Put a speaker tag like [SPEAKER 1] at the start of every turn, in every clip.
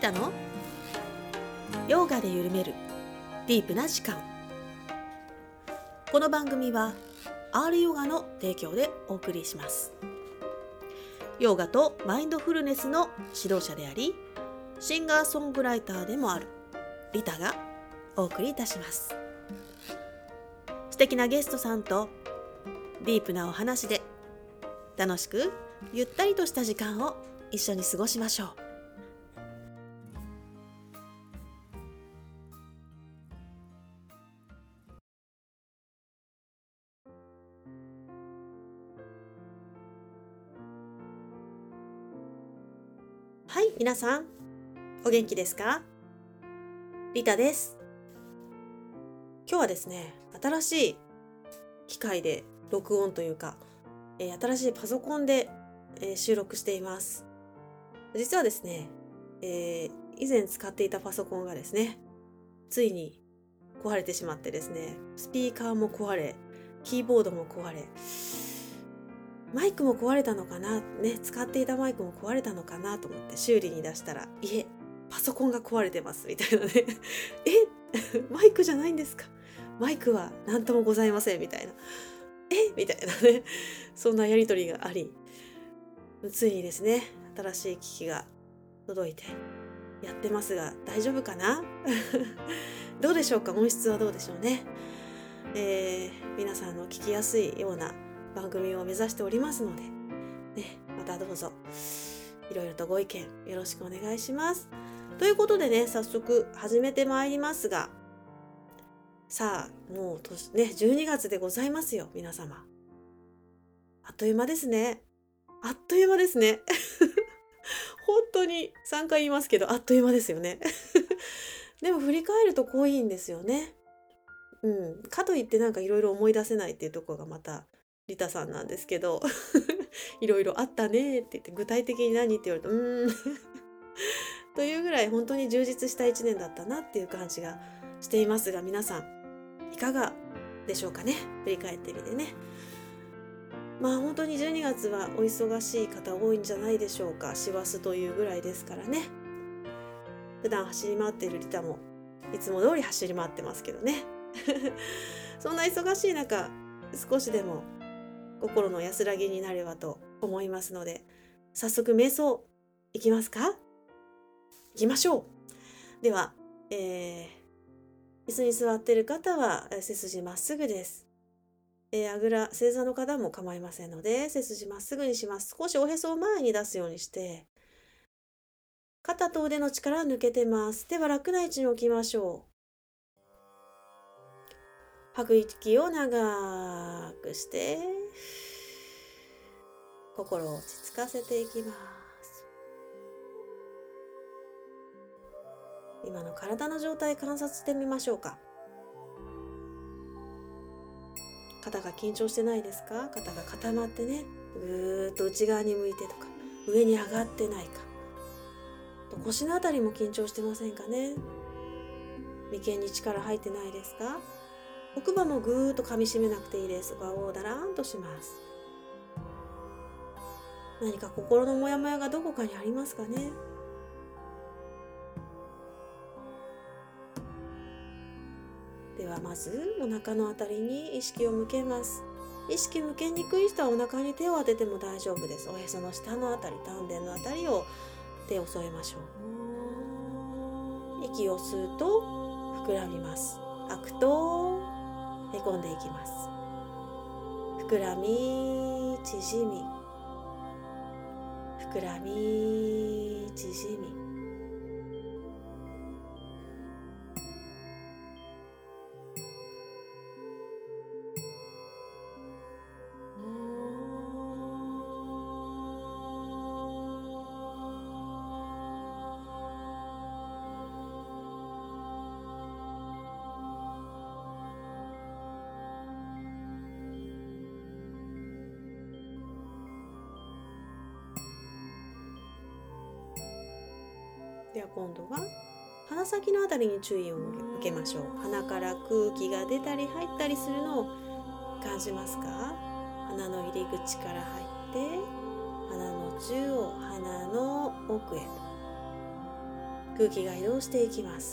[SPEAKER 1] タのヨガで緩めるディープな時間。この番組は R ヨガの提供でお送りします。ヨガとマインドフルネスの指導者であり、シンガーソングライターでもあるリタがお送りいたします。素敵なゲストさんとディープなお話で楽しくゆったりとした時間を一緒に過ごしましょう。はい、皆さんお元気ですか？リタです。今日はですね、新しい機械で録音というか、新しいパソコンで、収録しています。実はですね、以前使っていたパソコンがですね、ついに壊れてしまってですね、スピーカーも壊れ、キーボードも壊れ、マイクも壊れたのかな、使っていたマイクも壊れたのかなと思って修理に出したら、いえ、パソコンが壊れてますみたいなねマイクじゃないんですか？マイクは何ともございませんみたいな、みたいなね、そんなやりとりがあり、ついにですね、新しい機器が届いてやってますが、大丈夫かなどうでしょうか？音質はどうでしょうね。皆さんの聞きやすいような番組を目指しておりますので、またどうぞいろいろとご意見よろしくお願いします。ということでね、早速始めてまいりますが、さあもう12月でございますよ、皆様。あっという間ですね。あっという間ですね。本当に3回言いますけど、あっという間ですよね。でも振り返ると濃いんですよね。かといってなんかいろいろ思い出せないっていうところがまたリタさんなんですけど、いろいろあったねって言って具体的に何って言われるとというぐらい本当に充実した1年だったなっていう感じがしていますが、皆さんいかがでしょうかね。振り返ってみてね。本当に12月はお忙しい方多いんじゃないでしょうか。師走というぐらいですからね。普段走り回っているリタもいつも通り走り回ってますけどね。そんな忙しい中、少しでも心の安らぎになればと思いますので、早速瞑想いきますか？いきましょう。では、椅子に座っている方は背筋まっすぐです。あぐら、正座の方も構いませんので、背筋まっすぐにします。少しおへそを前に出すようにして、肩と腕の力抜けてます。では楽な位置に置きましょう。吐く息を長くして、心を落ち着かせていきます。今の体の状態観察してみましょうか。肩が緊張してないですか？肩が固まってね、ぐーっと内側に向いてとか、上に上がってないか。腰のあたりも緊張してませんかね？眉間に力入ってないですか？奥歯もぐーっと噛み締めなくていいです。輪をだらんとします。何か心のモヤモヤがどこかにありますかね？ではまずお腹のあたりに意識を向けます。意識向けにくい人はお腹に手を当てても大丈夫です。おへその下のあたり、丹田のあたりを手を添えましょう。息を吸うと膨らみます。吐くとへこんでいきます。膨らみ、縮み、膨らみ、縮み。では今度は鼻先のあたりに注意を向けましょう。鼻から空気が出たり入ったりするのを感じますか？鼻の入り口から入って鼻の中央、鼻の奥へと空気が移動していきます。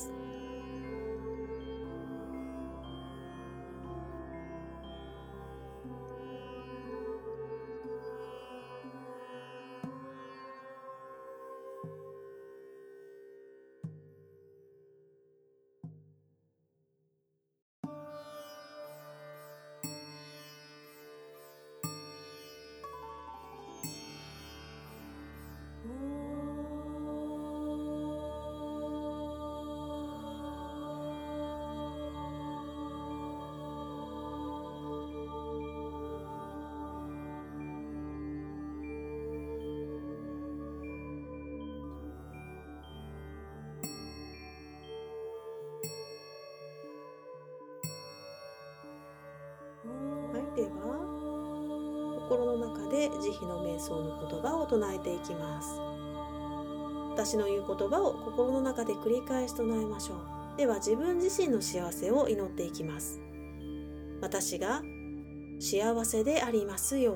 [SPEAKER 1] では心の中で慈悲の瞑想の言葉を唱えていきます。私の言う言葉を心の中で繰り返し唱えましょう。では自分自身の幸せを祈っていきます。私が幸せでありますように。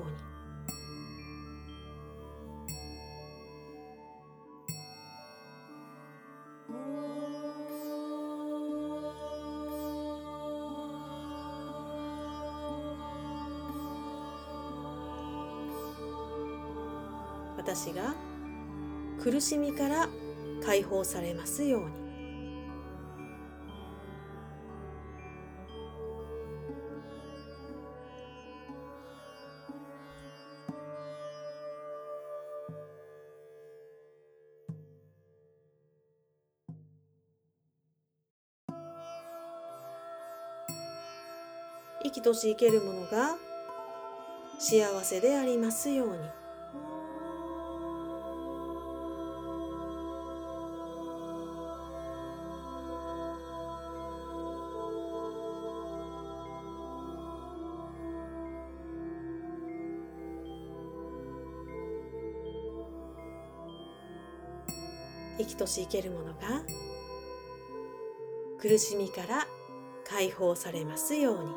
[SPEAKER 1] 私が苦しみから解放されますように。生きとし生けるものが幸せでありますように。生きとし生けるものが苦しみから解放されますように。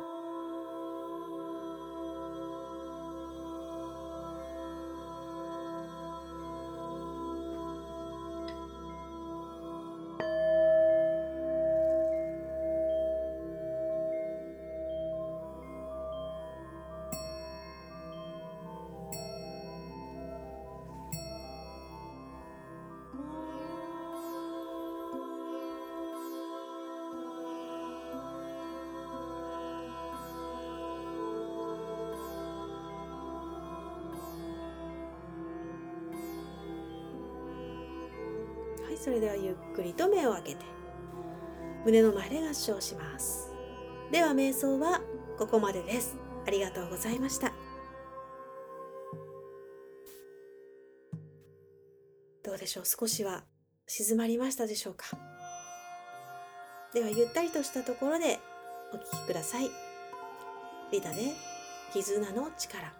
[SPEAKER 1] はい、それではゆっくりと目を開けて胸の前で合掌します。では瞑想はここまでです。ありがとうございました。どうでしょう、少しは静まりましたでしょうか。ではゆったりとしたところでお聞きください。リタで絆の力。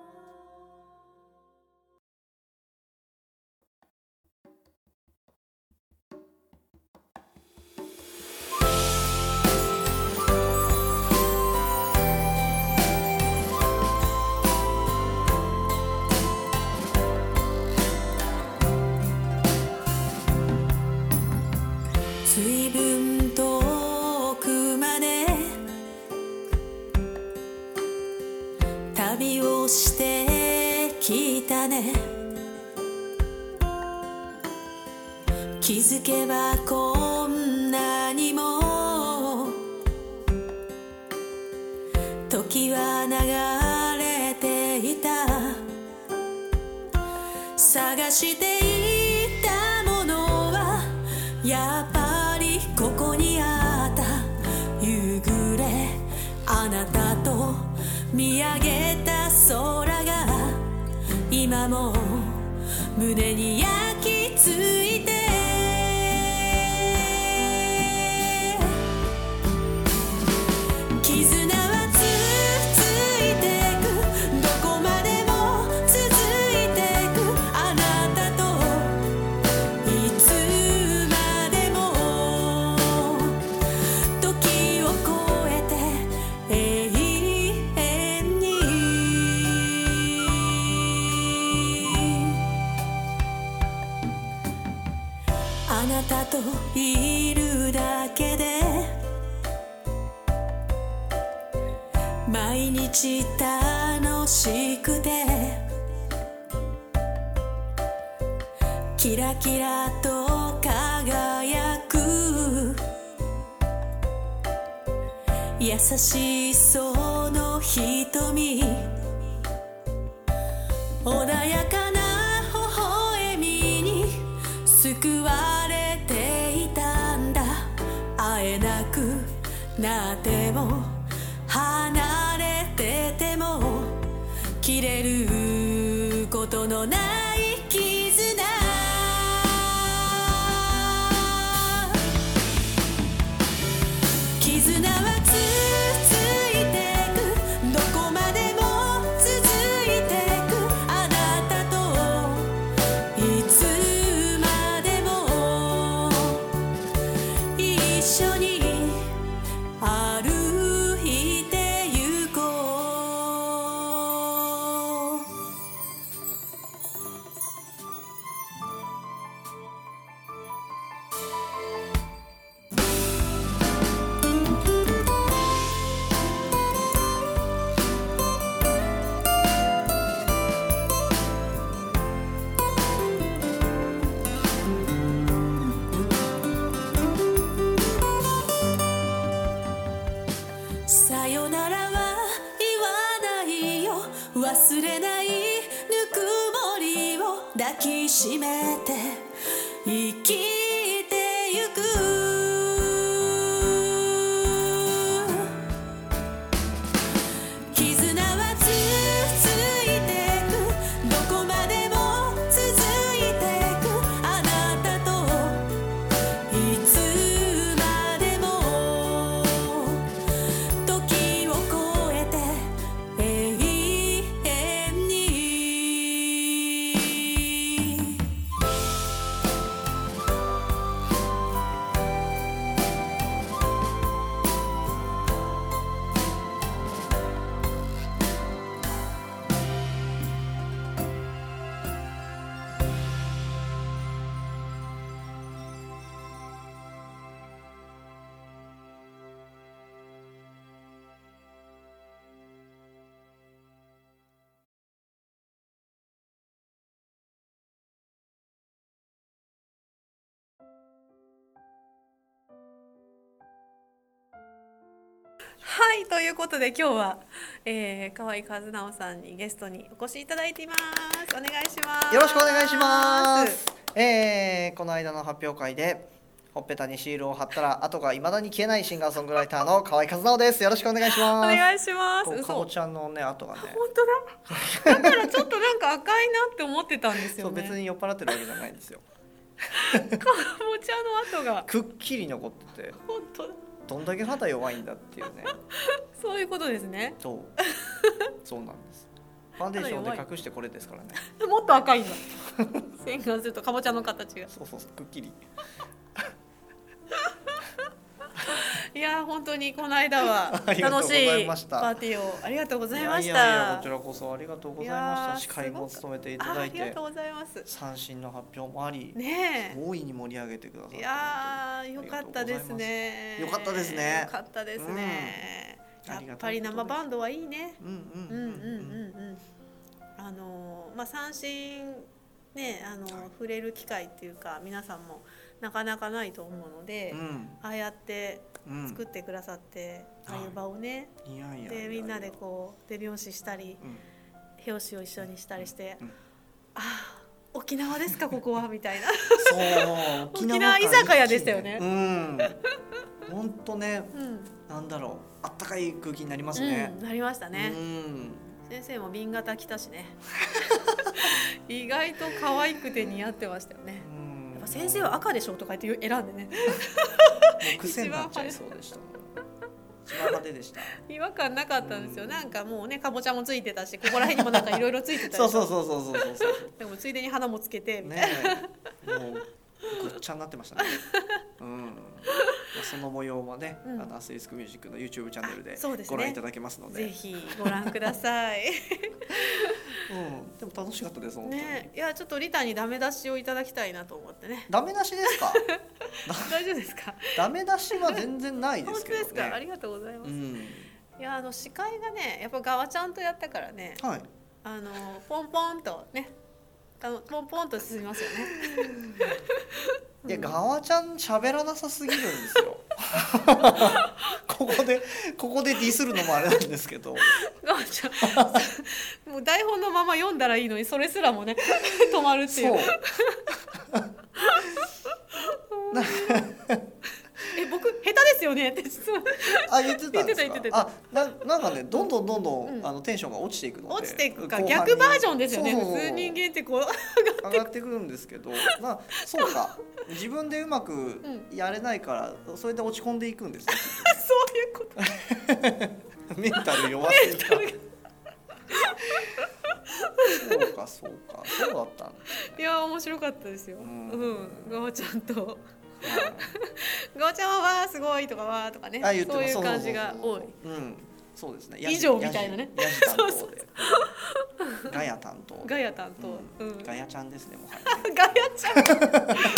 [SPEAKER 2] 随分遠くまで旅をしてきたね。気づけばこんなにも時は流れていた。探していたものはやっぱりここにあった。夕暮れあなたと見上げた空が今も胸に焼き付いて、絆はついてく、どこまでも続いてく。あなたといつまでも時を超えて永遠に。 たといるだけで毎日楽しくてキラキラと輝く優しそうの瞳穏やかな微笑みに救われていたんだ会えなくなっても離れてても切れることのない絆絆はついてくどこまでも続いてくあなたといつまでも一緒に歩いてゆこうさよならは言わないよ忘れないぬくもりを抱きしめて生きてゆく絆はついてくどこまでも続いてくあなたといつまでも時を超えて永遠に
[SPEAKER 1] はい、ということで今日は、河合和直さんにゲストにお越しいただいています。お願いします。
[SPEAKER 3] よろしくお願いします。この間の発表会でほっぺたにシールを貼ったら後が未だに消えないシンガーソングライターの河合和直です。よろしくお願いします。
[SPEAKER 1] お願いします。
[SPEAKER 3] かぼちゃんのね後がね。
[SPEAKER 1] 本当だ。だからちょっとなんか赤いなって思ってたんですよね。
[SPEAKER 3] そう別に酔っ払ってるわけじゃないんですよ。
[SPEAKER 1] かぼちゃの跡が
[SPEAKER 3] くっきり残ってて。
[SPEAKER 1] 本当だ。
[SPEAKER 3] どんだけ肌弱いんだっていうね。
[SPEAKER 1] そういうことですね。
[SPEAKER 3] そうなんです。ファンデーションで隠してこれですからね。
[SPEAKER 1] もっと赤いんだ。洗顔するとかぼちゃの形が。
[SPEAKER 3] そうくっきり。
[SPEAKER 1] いや本当にこの間は楽しいパーティーをありがとうございました。
[SPEAKER 3] いやこちらこそありがとうございました。司会も務めていただいて、
[SPEAKER 1] ありがとうございます。
[SPEAKER 3] 三振の発表もあり、
[SPEAKER 1] ね
[SPEAKER 3] 大いに盛り上げてくださって、
[SPEAKER 1] いやよかったですね。
[SPEAKER 3] よかったですね。
[SPEAKER 1] よかったですね。やっぱり生バンドはいいね。三振ね触れる機会っていうか皆さんもなかなかないと思うので、ああやって作ってくださって、ああいう場をね、でみんなでこう手拍子したり、拍子を一緒にしたりして、ああ沖縄ですかここはみたいな。
[SPEAKER 3] そう
[SPEAKER 1] 沖縄居酒屋でしたよね。
[SPEAKER 3] 本当ね、なんだろうあったかい空気になりますね。
[SPEAKER 1] なりましたね。先生も瓶型着たしね。意外と可愛くて似合ってましたよね。やっぱ先生は赤でしょとか言って選んでね。
[SPEAKER 3] もう癖になっちゃいそうでした。一番派手でした。
[SPEAKER 1] 違和感なかったんですよ。なんかもうねかぼちゃもついてたし、ここら辺にもなんかいろいろついてたでしょ。
[SPEAKER 3] そう。
[SPEAKER 1] でもついでに花もつけてみたいな。
[SPEAKER 3] もうぐっちゃになってましたね。その模様はね、アスリスクミュージックの YouTube チャンネルでご覧いただけますので、
[SPEAKER 1] ぜひご覧ください。
[SPEAKER 3] でも楽しかったです本当に。
[SPEAKER 1] ね、いやちょっとリタにダメ出しをいただきたいなと思ってね。
[SPEAKER 3] ダメ出しですか？
[SPEAKER 1] 大丈夫ですか？
[SPEAKER 3] ダメ出しは全然ないですけどね。
[SPEAKER 1] 本当ですか？ありがとうございます。
[SPEAKER 3] うん、
[SPEAKER 1] いや司会がねやっぱガワちゃんとやったからね、
[SPEAKER 3] はい。
[SPEAKER 1] ポンポンとねポンポンと進みますよね。
[SPEAKER 3] いや、ガワちゃん喋らなさすぎるんですよ。ここでディスるのもあれなんですけど。
[SPEAKER 1] ガワちゃんもう台本のまま読んだらいいのにそれすらもね止まるっていう。僕下手ですよねって実は
[SPEAKER 3] 言ってたんですか？
[SPEAKER 1] 言ってた。
[SPEAKER 3] なんかねどんどんテンションが落ちていくので、
[SPEAKER 1] 落ちていくか逆バージョンですよね。普通人間ってこう
[SPEAKER 3] 上がってくるんですけど、そうか、自分でうまくやれないからそれで落ち込んでいくんですね。
[SPEAKER 1] そういうこと。
[SPEAKER 3] メンタル弱すぎた。そうだったんですね。
[SPEAKER 1] いや面白かったですよ。ガワちゃんとガワちゃんはわーすごいとかわーとかね、そういう感じが多い。
[SPEAKER 3] そうですね。
[SPEAKER 1] 以上みたいなね。
[SPEAKER 3] ヤジ担当で。ガヤ担当。
[SPEAKER 1] ガヤ担当。
[SPEAKER 3] ガヤちゃんですねもはや。
[SPEAKER 1] ガヤちゃん。うまい。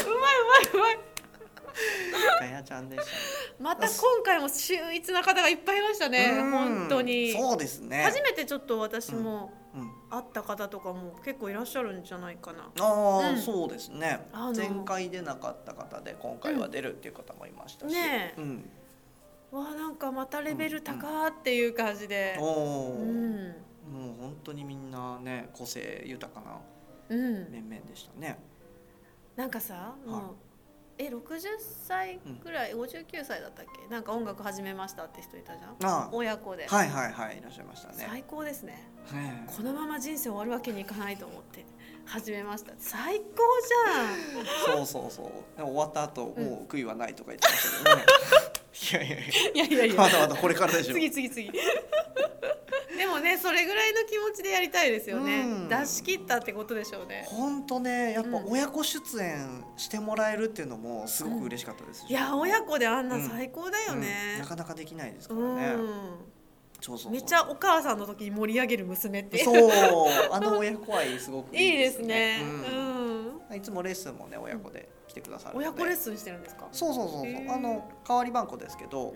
[SPEAKER 3] ガヤちゃんでしたね。
[SPEAKER 1] また今回も秀逸な方がいっぱいいましたね。本当に。
[SPEAKER 3] そうですね。
[SPEAKER 1] 初めてちょっと私も会った方とかも結構いらっしゃるんじゃないかな。
[SPEAKER 3] そうですね。前回出なかった方で今回は出るっていう方もいましたし。
[SPEAKER 1] ねえ。わあなんかまたレベル高っていう感じで。もう
[SPEAKER 3] 本当にみんなね個性豊かな面々でしたね。
[SPEAKER 1] なんかさもう。60歳ぐらい、59歳だったっけ、なんか音楽始めましたって人いたじゃん。親子で。
[SPEAKER 3] はいいらっしゃいましたね。
[SPEAKER 1] 最高ですね。このまま人生終わるわけにいかないと思って始めました。最高じゃん。
[SPEAKER 3] そうでも終わった後もう悔いはないとか言ってましたけどね。いやまだこれからでしょ。
[SPEAKER 1] 次でもねそれぐらいの気持ちでやりたいですよね。出し切ったってことでしょうね。
[SPEAKER 3] 本当ね、やっぱ親子出演してもらえるっていうのもすごく嬉しかったですし、
[SPEAKER 1] いや親子であんな最高だよね。
[SPEAKER 3] なかなかできないですからね。
[SPEAKER 1] めっちゃお母さんの時に盛り上げる娘って
[SPEAKER 3] 親子愛すごくいいですね。いつもレッスンもね親子で来てくださるので。
[SPEAKER 1] 親子レッスンしてるんですか？
[SPEAKER 3] そう代わり番号ですけど、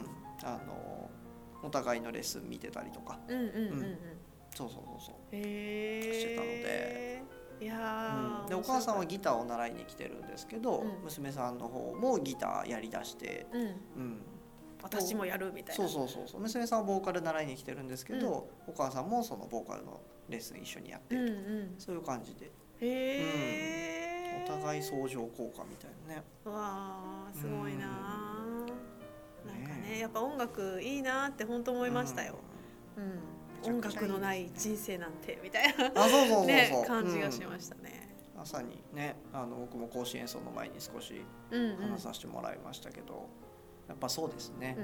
[SPEAKER 3] お互いのレッスン見てたりとかしてたので、でお母さんはギターを習いに来てるんですけど、娘さんの方もギターやりだして、
[SPEAKER 1] 私もやるみたいな。
[SPEAKER 3] そう娘さんはボーカル習いに来てるんですけど、お母さんもそのボーカルのレッスン一緒にやってると、そういう感じで、お互い相乗効果みたいなね。
[SPEAKER 1] わーすごいな。なんかねやっぱ音楽いいなって本当思いましたよ。音楽のない人生なんてみたいな感じがしましたね。
[SPEAKER 3] まさにね僕も甲子演奏の前に少し話させてもらいましたけど、やっぱそうですね。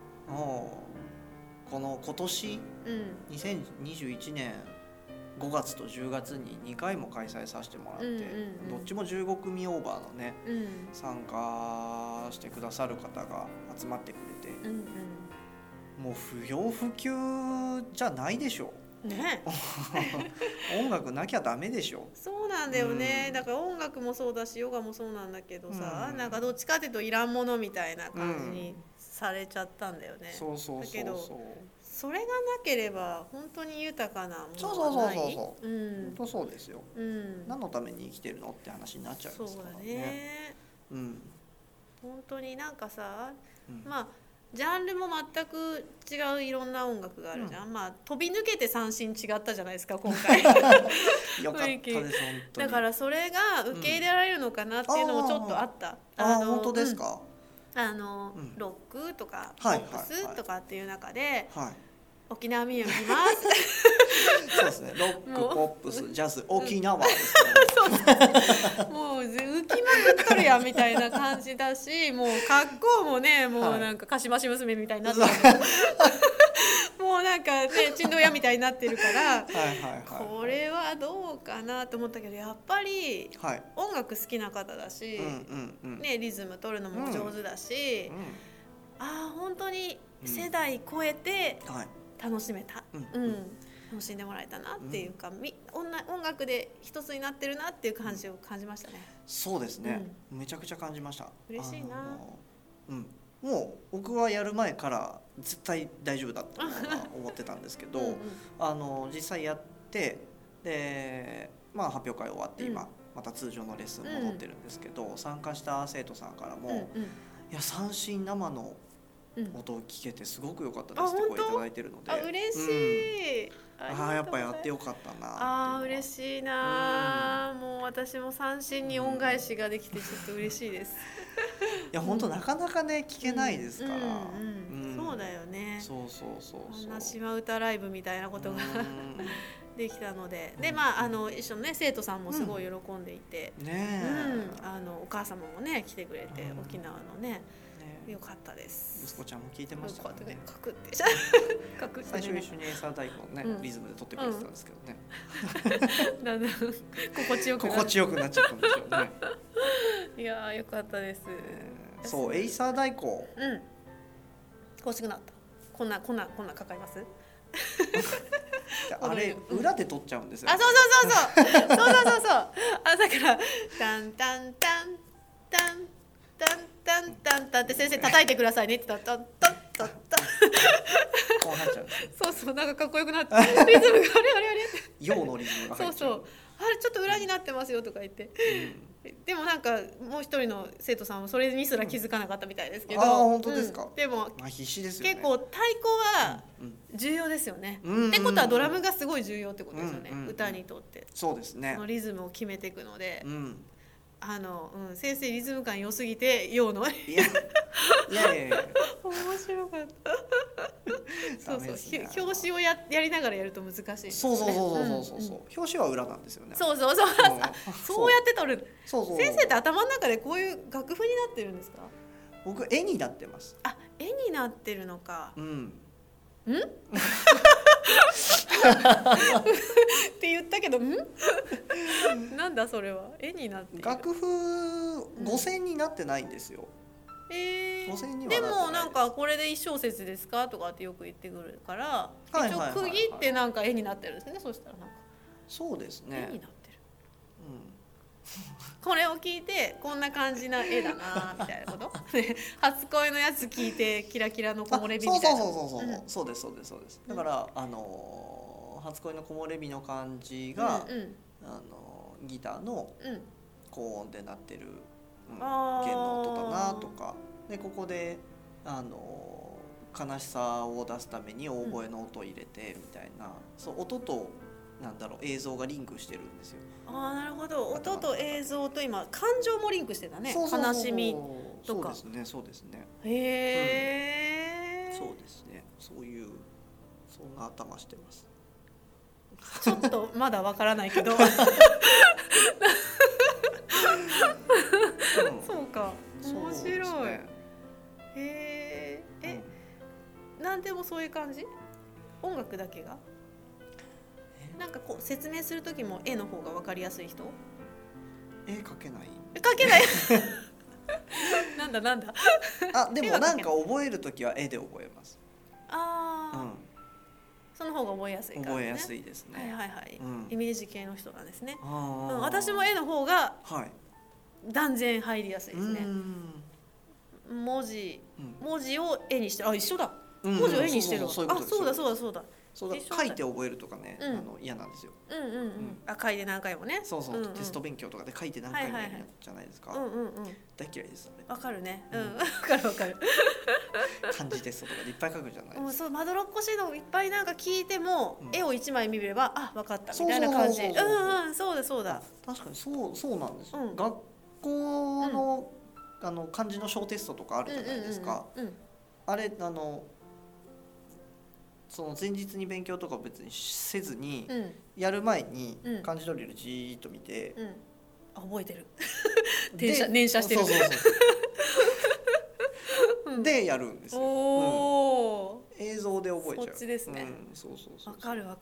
[SPEAKER 3] 今年2021年5月と10月に2回も開催させてもらって、どっちも15組オーバーのね、参加してくださる方が集まってくれて、もう不要不急じゃないでしょ。
[SPEAKER 1] ね
[SPEAKER 3] 音楽なきゃダメでしょ。
[SPEAKER 1] そうなんだよね。だから音楽もそうだしヨガもそうなんだけどさ、なんかどっちかっていうといらんものみたいな感じにされちゃったんだよね。だけどそれがなければ本当に豊かなものがない。
[SPEAKER 3] 本当そうですよ。何のために生きてるのって話になっちゃいますからね。そうだね。
[SPEAKER 1] 本当になんかさ、まあジャンルも全く違ういろんな音楽があるじゃん。飛び抜けて三振違ったじゃないですか今回。
[SPEAKER 3] よかったです本当に。
[SPEAKER 1] だからそれが受け入れられるのかなっていうのもちょっとあった。
[SPEAKER 3] 本当ですか？
[SPEAKER 1] ロックとかポップスとかっていう中で沖縄民謡いきます。
[SPEAKER 3] そうですね。ロック、ポップス、ジャズ、沖縄です
[SPEAKER 1] ね。もう浮きまくっとるやんみたいな感じだし、もう格好もね、もうなんかかしまし娘みたいになってる。もうなんかね、ちんどやみたいになってるから、これはどうかなと思ったけど、やっぱり音楽好きな方だし、ねリズム取るのも上手だし、本当に世代超えて楽しめた。 楽しんでもらえたなっていうか、音楽で一つになってるなっていう感じを感じましたね。
[SPEAKER 3] そうですね、めちゃくちゃ感じました。
[SPEAKER 1] 嬉しいな。
[SPEAKER 3] もう僕はやる前から絶対大丈夫だと思ってたんですけど実際やってで、発表会終わって今、また通常のレッスン戻ってるんですけど、参加した生徒さんからも、いや三振生の音を聞けてすごく良かったですって声いただいてるので、
[SPEAKER 1] 嬉しい、
[SPEAKER 3] やっぱやってよかったな。
[SPEAKER 1] 嬉しいな、もう私も三振に恩返しができてちょっと嬉しいです。
[SPEAKER 3] いや本当なかなかね聞けないですから、
[SPEAKER 1] そうだよね。
[SPEAKER 3] そう
[SPEAKER 1] こんな島唄ライブみたいなことができたので、で一緒のね生徒さんもすごい喜んでいて、お母様もね来てくれて、沖縄のねよかったです。
[SPEAKER 3] 息子ちゃんも聞いてましたからね。
[SPEAKER 1] カクって
[SPEAKER 3] 最初一緒にエイサー太鼓のねリズムで撮ってくれてたんですけどね。
[SPEAKER 1] だんだん心地よ
[SPEAKER 3] くなっちゃったんですよね。
[SPEAKER 1] いやよかったです。
[SPEAKER 3] そうエイサー太鼓。
[SPEAKER 1] 欲しくなった。こんなかかります？
[SPEAKER 3] あれ裏で撮っちゃうんですよ。
[SPEAKER 1] そうだからタンタンタンタンタンタンタンタンって先生叩いてくださいねってタンタンタンタンタン
[SPEAKER 3] こうなっちゃうんですよ。
[SPEAKER 1] なんかかっこよくなってリズムがあれ
[SPEAKER 3] 陽のリズムが入っちゃう。
[SPEAKER 1] あれちょっと裏になってますよとか言って、でもなんかもう一人の生徒さんはそれにすら気づかなかったみたいですけど、
[SPEAKER 3] 本当ですか。
[SPEAKER 1] でも
[SPEAKER 3] 必死ですよね。
[SPEAKER 1] 結構太鼓は重要ですよね。ってことはドラムがすごい重要ってことですよね、歌にとって。
[SPEAKER 3] そうですね。
[SPEAKER 1] そのリズムを決めていくので、先生リズム感良すぎて陽の
[SPEAKER 3] いや面
[SPEAKER 1] 白かった。表紙をやりながらやると難しいですね。
[SPEAKER 3] そう表紙は裏なんですよね。
[SPEAKER 1] そうやって撮る。先生って頭の中でこういう楽譜になってるんですか？
[SPEAKER 3] 僕絵になってます。
[SPEAKER 1] 絵になってるのか。って言ったけどなんだそれは。絵になってる。
[SPEAKER 3] 楽譜五線になってないんですよ。
[SPEAKER 1] でもなんかこれで1小節ですかとかってよく言ってくるから、一応区切ってなんか絵になってるんですね。そしたらなんか
[SPEAKER 3] そうですね、
[SPEAKER 1] 絵になってる、これを聞いてこんな感じな絵だなみたいなこと初恋のやつ聞いてキラキラの木漏れ日みたいな。
[SPEAKER 3] そうですだから初恋の木漏れ日の感じがギターの高音で鳴ってる弦の音だなとかで、ここで悲しさを出すために大声の音を入れてみたいな、そう音と映像がリンクしてるんですよ。
[SPEAKER 1] なるほど。音と映像と今感情もリンクしてたね。悲しみとか。
[SPEAKER 3] そうですね。
[SPEAKER 1] へえ。
[SPEAKER 3] そうですね。そんな頭してます。
[SPEAKER 1] ちょっとまだわからないけど。そうか。面白い。なんでもそういう感じ？音楽だけが？なんかこう説明する時も絵の方が分かりやすい人？
[SPEAKER 3] 絵描けない？
[SPEAKER 1] 描けないなんだ
[SPEAKER 3] でもなんか覚える時は絵で覚えます。
[SPEAKER 1] その方が覚えやすいからね。
[SPEAKER 3] 覚えやすいですね。
[SPEAKER 1] イメージ系の人なんですね。私も絵の方が断然入りやすいですね。文字を絵にしてる。一緒だ。文字を絵にしてる。そうだ。
[SPEAKER 3] 書いて覚えるとかね、嫌なんですよ。
[SPEAKER 1] 書いて何回もね。
[SPEAKER 3] テスト勉強とかで書いて何回もやるじゃないですか。大嫌いです。
[SPEAKER 1] わかるね。わかる。
[SPEAKER 3] 漢字テストとかでいっぱい書くじゃないですか。
[SPEAKER 1] まどろっこしいのいっぱいなんか聞いても絵を1枚見れば分かったみたいな感じ。そうだ。
[SPEAKER 3] 確かにそうなんですよ。学校の漢字の小テストとかあるじゃないですか。あれその前日に勉強とか別にせずに、やる前に漢字ドリルじーっと見て、
[SPEAKER 1] 覚えてる念写してる
[SPEAKER 3] でやるんですよ。映像で覚えちゃう。
[SPEAKER 1] そっちですね。わかる。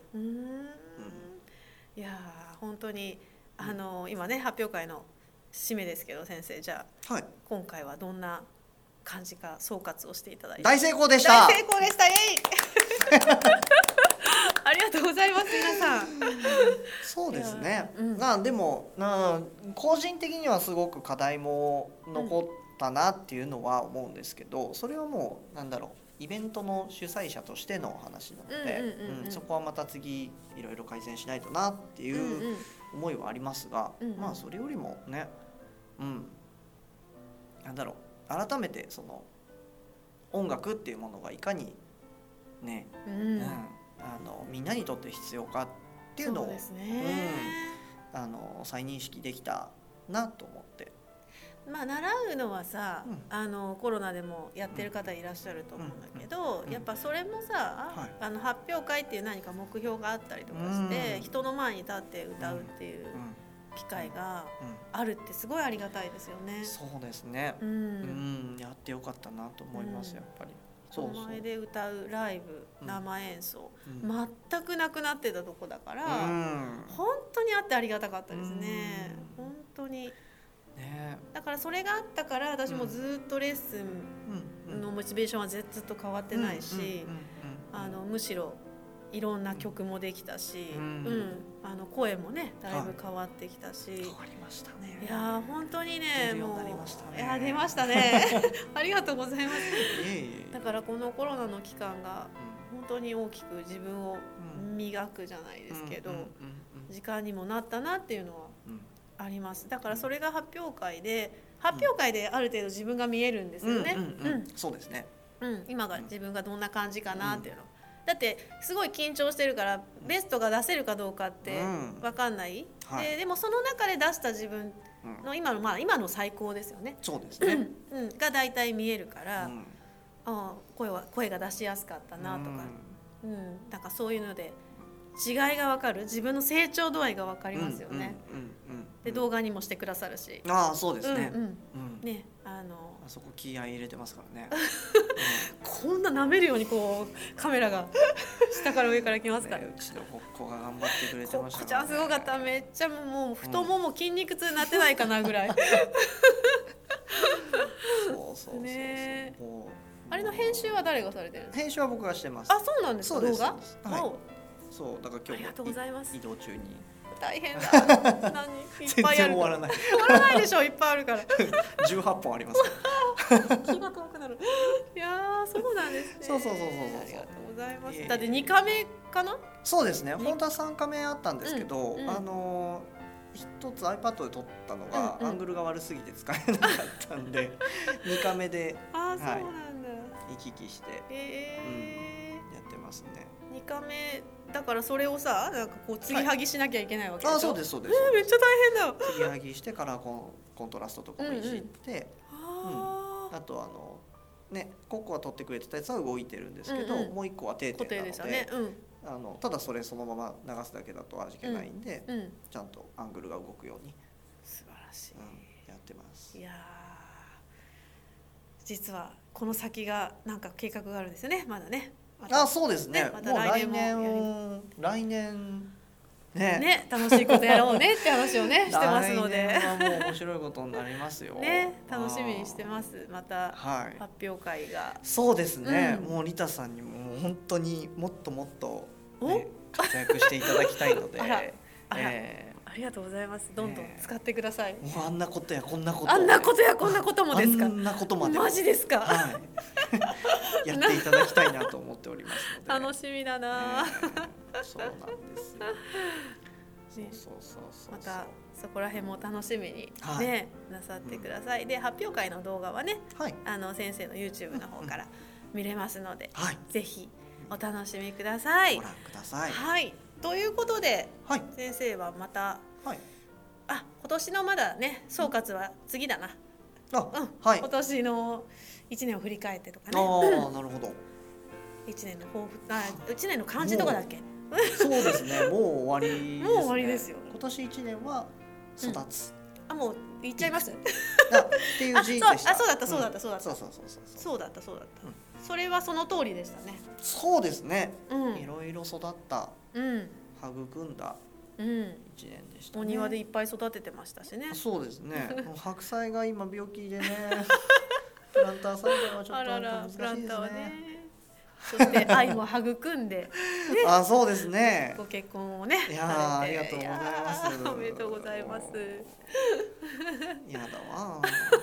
[SPEAKER 1] いや本当に今ね発表会の締めですけど、先生じゃあ今回はどんな感じか総括をしていただいて。
[SPEAKER 3] 大成功でした。
[SPEAKER 1] イエイありがとうございます。 ざいます皆さん。
[SPEAKER 3] そうですね、でも個人的にはすごく課題も残ったなっていうのは思うんですけど、それはもうイベントの主催者としての話なので、そこはまた次いろいろ改善しないとなっていう思いはありますが、それよりもね、改めてその音楽っていうものがいかにね、みんなにとって必要かっていうのを再認識できたなと思って。
[SPEAKER 1] 習うのはさ、コロナでもやってる方いらっしゃると思うんだけど、やっぱそれもさ、発表会っていう何か目標があったりとかして、人の前に立って歌うっていう機会があるってすごいありがたいですよね。
[SPEAKER 3] そうですね、やってよかったなと思います、やっぱり。
[SPEAKER 1] 人前で歌うライブ、生演奏、全くなくなってたとこだから、本当にあってありがたかったですね、本当に。だからそれがあったから私もずっとレッスンのモチベーションはずっと変わってないし、むしろいろんな曲もできたし、声もねだいぶ変わってきたし、
[SPEAKER 3] 変わりましたね。
[SPEAKER 1] いや本当にね、もう
[SPEAKER 3] 出ましたね。
[SPEAKER 1] いや出ましたねありがとうございますだからこのコロナの期間が本当に大きく自分を磨くじゃないですけど、時間にもなったなっていうのはあります。だからそれが発表会である程度自分が見えるんですよね。
[SPEAKER 3] そうですね、
[SPEAKER 1] 今が自分がどんな感じかなっていうの、だってすごい緊張してるからベストが出せるかどうかって分かんない、でもその中で出した自分の今の最高ですよね。
[SPEAKER 3] そうですね、
[SPEAKER 1] がだいたい見えるから、声が出しやすかったなとか、なんかそういうので違いが分かる、自分の成長度合いが分かりますよね。で動画にもしてくださるし、
[SPEAKER 3] そうですね、
[SPEAKER 1] ね、
[SPEAKER 3] あそこ気合い入れてますからね
[SPEAKER 1] こんな舐めるようにこうカメラが下から上から来ますから、
[SPEAKER 3] うちの子が頑張ってくれてましたからね。
[SPEAKER 1] こっちゃんすごかった。めっちゃもう太もも筋肉痛になってないかなぐらい
[SPEAKER 3] そう
[SPEAKER 1] ね。あれの編集は誰がされてるんですか？
[SPEAKER 3] 編集は僕がしてます。
[SPEAKER 1] そうなんですか。動画？
[SPEAKER 3] そうだから今日も
[SPEAKER 1] ありがとうございます。
[SPEAKER 3] 移動中に
[SPEAKER 1] 大変だ何いっぱいある。全然終
[SPEAKER 3] わらない
[SPEAKER 1] 終わらないでしょ、いっぱいあるから
[SPEAKER 3] 18本ありますから
[SPEAKER 1] 気が遠くなる。いやそうなんですね。
[SPEAKER 3] そう
[SPEAKER 1] ありがとうございます。だって2カメかな。
[SPEAKER 3] そうですね、本当は3カメあったんですけど、一つ iPad で撮ったのがアングルが悪すぎて使えなかったんで2カメで
[SPEAKER 1] そうなんだ、
[SPEAKER 3] 行き来してやってますね。
[SPEAKER 1] 2カメだからそれをさ、なんかこう継ぎはぎしなきゃいけないわけでしょ。
[SPEAKER 3] そうですそうです。
[SPEAKER 1] めっちゃ大変だよ。
[SPEAKER 3] 継ぎはぎしてカラーコントラストとかもいじって、あとココは撮ってくれてたやつは動いてるんですけど、もう1個は定点なので、ただそれそのまま流すだけだと味気ないんで、ちゃんとアングルが動くように
[SPEAKER 1] 素晴らしい、
[SPEAKER 3] やってます。
[SPEAKER 1] いや実はこの先がなんか計画があるんですよね、まだね。
[SPEAKER 3] そうですね。もう来年ね
[SPEAKER 1] 楽しいことやろうねって話をねしてますので、
[SPEAKER 3] 来年はもう面白いことになりますよ
[SPEAKER 1] ね、楽しみにしてます。また発表会が。
[SPEAKER 3] そうですね、もうリタさんにも本当にもっともっと活躍していただきたいので
[SPEAKER 1] ありがとうございます。どんどん使ってください。
[SPEAKER 3] もうあんなことやこんなこと、
[SPEAKER 1] あんなことやこんなこともですか。
[SPEAKER 3] あんなことまで
[SPEAKER 1] マジですか。
[SPEAKER 3] やっていただきたいなと思っておりますので。
[SPEAKER 1] 楽しみだな。
[SPEAKER 3] そうなんです。
[SPEAKER 1] またそこら辺も楽しみにねなさってください。で発表会の動画はね、先生の YouTube の方から見れますので、ぜひお楽しみください。
[SPEAKER 3] ご覧ください。
[SPEAKER 1] はい。ということで、先生はまた、今年のまだね総括は次だな。今年の1年を振り返ってとかね。
[SPEAKER 3] なるほど。
[SPEAKER 1] 1年の抱負、1年の漢字とかだっけ。
[SPEAKER 3] そうですね、もう終わりですね。
[SPEAKER 1] もう終わりですよ。
[SPEAKER 3] 今年1年は育つ。
[SPEAKER 1] もう言っちゃいます。
[SPEAKER 3] っていう字でした。
[SPEAKER 1] そうだった。それはその通りでしたね。
[SPEAKER 3] そうですね。いろいろ育った、育んだ1年でしたね。
[SPEAKER 1] お庭でいっぱい育ててましたしね。
[SPEAKER 3] そうですね。白菜が今病気でね、プランター栽培はちょっと難しいですね。
[SPEAKER 1] そして愛も育んで、ね、
[SPEAKER 3] あ、そうですね。
[SPEAKER 1] ご結婚をね。
[SPEAKER 3] いやありがとうございます。
[SPEAKER 1] おめでとうございます。
[SPEAKER 3] やだわ。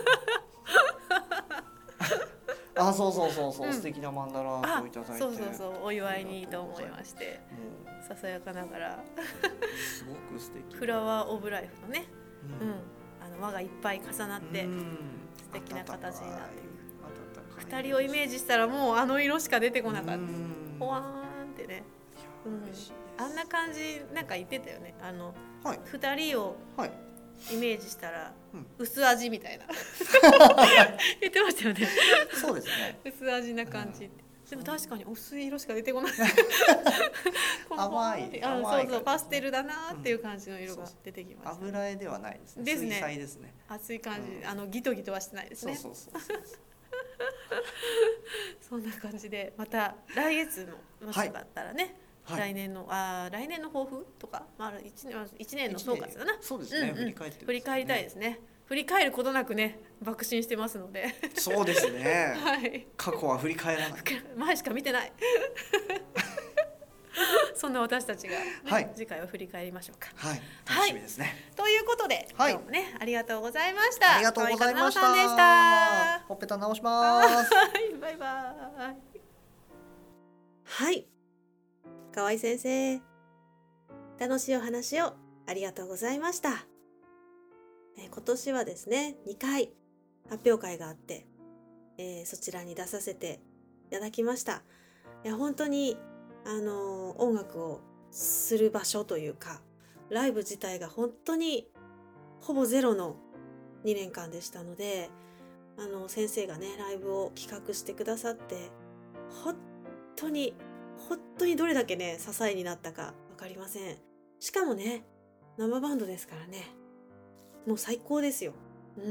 [SPEAKER 3] あ、そう、素敵なマンダラートをいただいて。
[SPEAKER 1] そうお祝いにと思いまして、ささやかながら
[SPEAKER 3] すごく素敵。
[SPEAKER 1] フラワーオブライフのね、輪がいっぱい重なって素敵な形になっていく。2人をイメージしたらもうあの色しか出てこなかった。ほわーんってね。あんな感じなんか言ってたよね。2人をイメージしたら薄味みたいな言ってましたよね。
[SPEAKER 3] そうですね。
[SPEAKER 1] 薄味な感じ。でも確かに薄い色しか出てこない。
[SPEAKER 3] 淡い。
[SPEAKER 1] そうパステルだなっていう感じの色が出てきました。
[SPEAKER 3] 油絵ではないですね。
[SPEAKER 1] ですね。
[SPEAKER 3] 水彩ですね。
[SPEAKER 1] 熱い感じ、ギトギトはしてないですね。
[SPEAKER 3] そう
[SPEAKER 1] そんな感じでまた来月のもしよかったらね。来年の抱負とか、1年の総括だな。
[SPEAKER 3] そうですね。
[SPEAKER 1] 振り返りたいですね。振り返ることなくね、爆心してますので。
[SPEAKER 3] そうですね。
[SPEAKER 1] はい。
[SPEAKER 3] 過去は振り返らない。
[SPEAKER 1] 前しか見てない。そんな私たちが、次回は振り返りましょうか。
[SPEAKER 3] はい。楽しみですね。
[SPEAKER 1] ということで、今日もね、ありがとうございました。
[SPEAKER 3] ありがとうございました。
[SPEAKER 1] 河合和直さんでした。
[SPEAKER 3] ほっぺた直します。
[SPEAKER 1] バイバイ。はい。河合先生、楽しいお話をありがとうございました。今年はですね、2回発表会があって、そちらに出させていただきました。いや本当に音楽をする場所というか、ライブ自体が本当にほぼゼロの2年間でしたので、先生がねライブを企画してくださって、本当にどれだけね支えになったか分かりません。しかもね生バンドですからね、もう最高ですよ。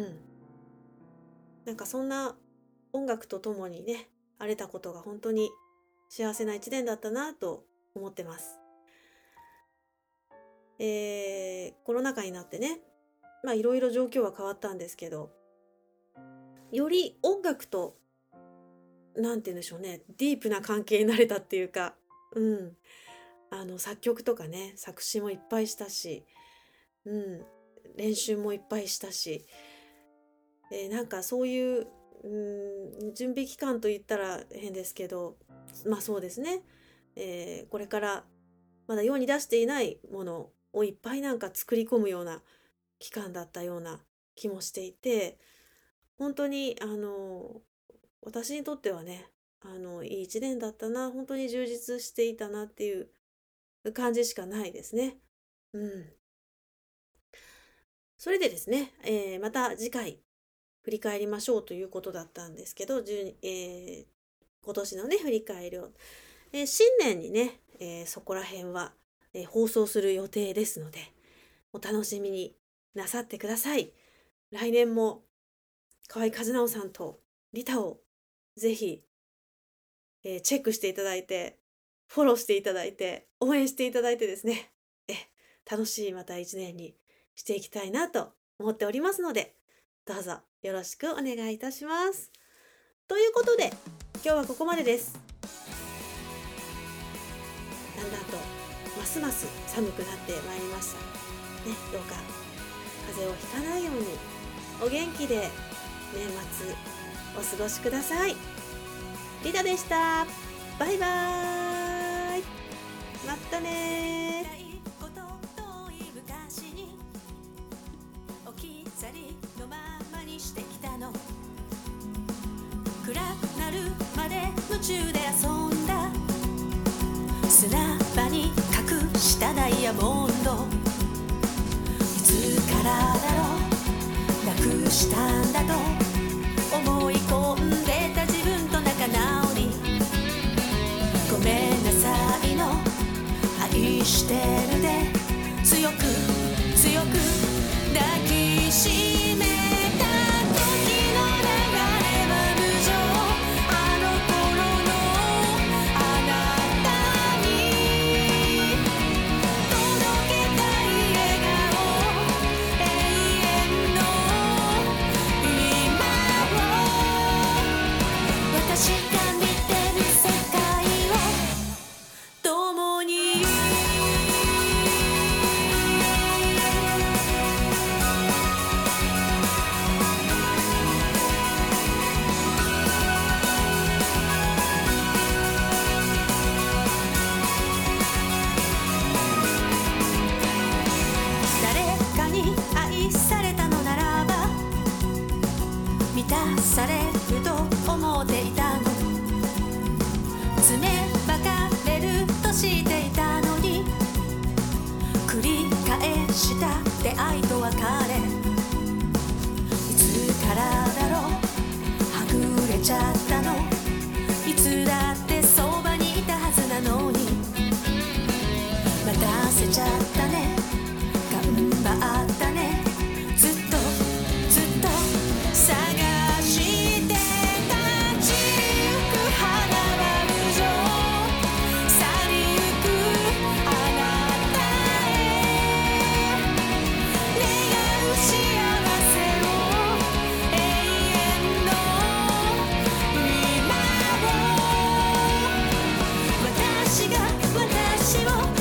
[SPEAKER 1] なんかそんな音楽とともにねあれたことが本当に幸せな1年だったなと思ってます。コロナ禍になってね、いろいろ状況は変わったんですけど、より音楽となんて言うんでしょうね、ディープな関係になれたっていうか、作曲とかね作詞もいっぱいしたし、練習もいっぱいしたし、なんかそういう、準備期間といったら変ですけど、そうですね、これからまだ世に出していないものをいっぱいなんか作り込むような期間だったような気もしていて、本当に私にとってはねいい1年だったな、本当に充実していたなっていう感じしかないですね。それでですね、また次回振り返りましょうということだったんですけど、今年のね振り返りを、新年にね、そこら辺は、放送する予定ですので、お楽しみになさってください。来年も河合和直さんとリタをぜひ、チェックしていただいて、フォローしていただいて、応援していただいてですね、楽しいまた1年にしていきたいなと思っておりますので、どうぞよろしくお願いいたします。ということで今日はここまでです。だんだんとますます寒くなってまいりましたね。どうか風邪をひかないようにお元気で年末お過ごしください。リタでした。バイバーイ。またねー。
[SPEAKER 2] 暗くなるまで夢中で遊んだ、砂場に隠したダイヤモンド、いつからだろうなくしたんだと思い込んでた自分と仲直り、ごめんなさいの愛してるで強く強く抱きしめた時の流れは無情、あの頃のあなたに届けたい笑顔、永遠の今を私が見てる世界出されると思っていたの、詰めばかれるとしていたのに、繰り返した出会いと別れ、いつからだろうはぐれちゃったの、いつだってそばにいたはずなのに、待たせちゃったね、頑張ったね、ずっとずっと探して立ちゆく花は無情、去りゆくあなたへ願う幸せを永遠の今を、私が私を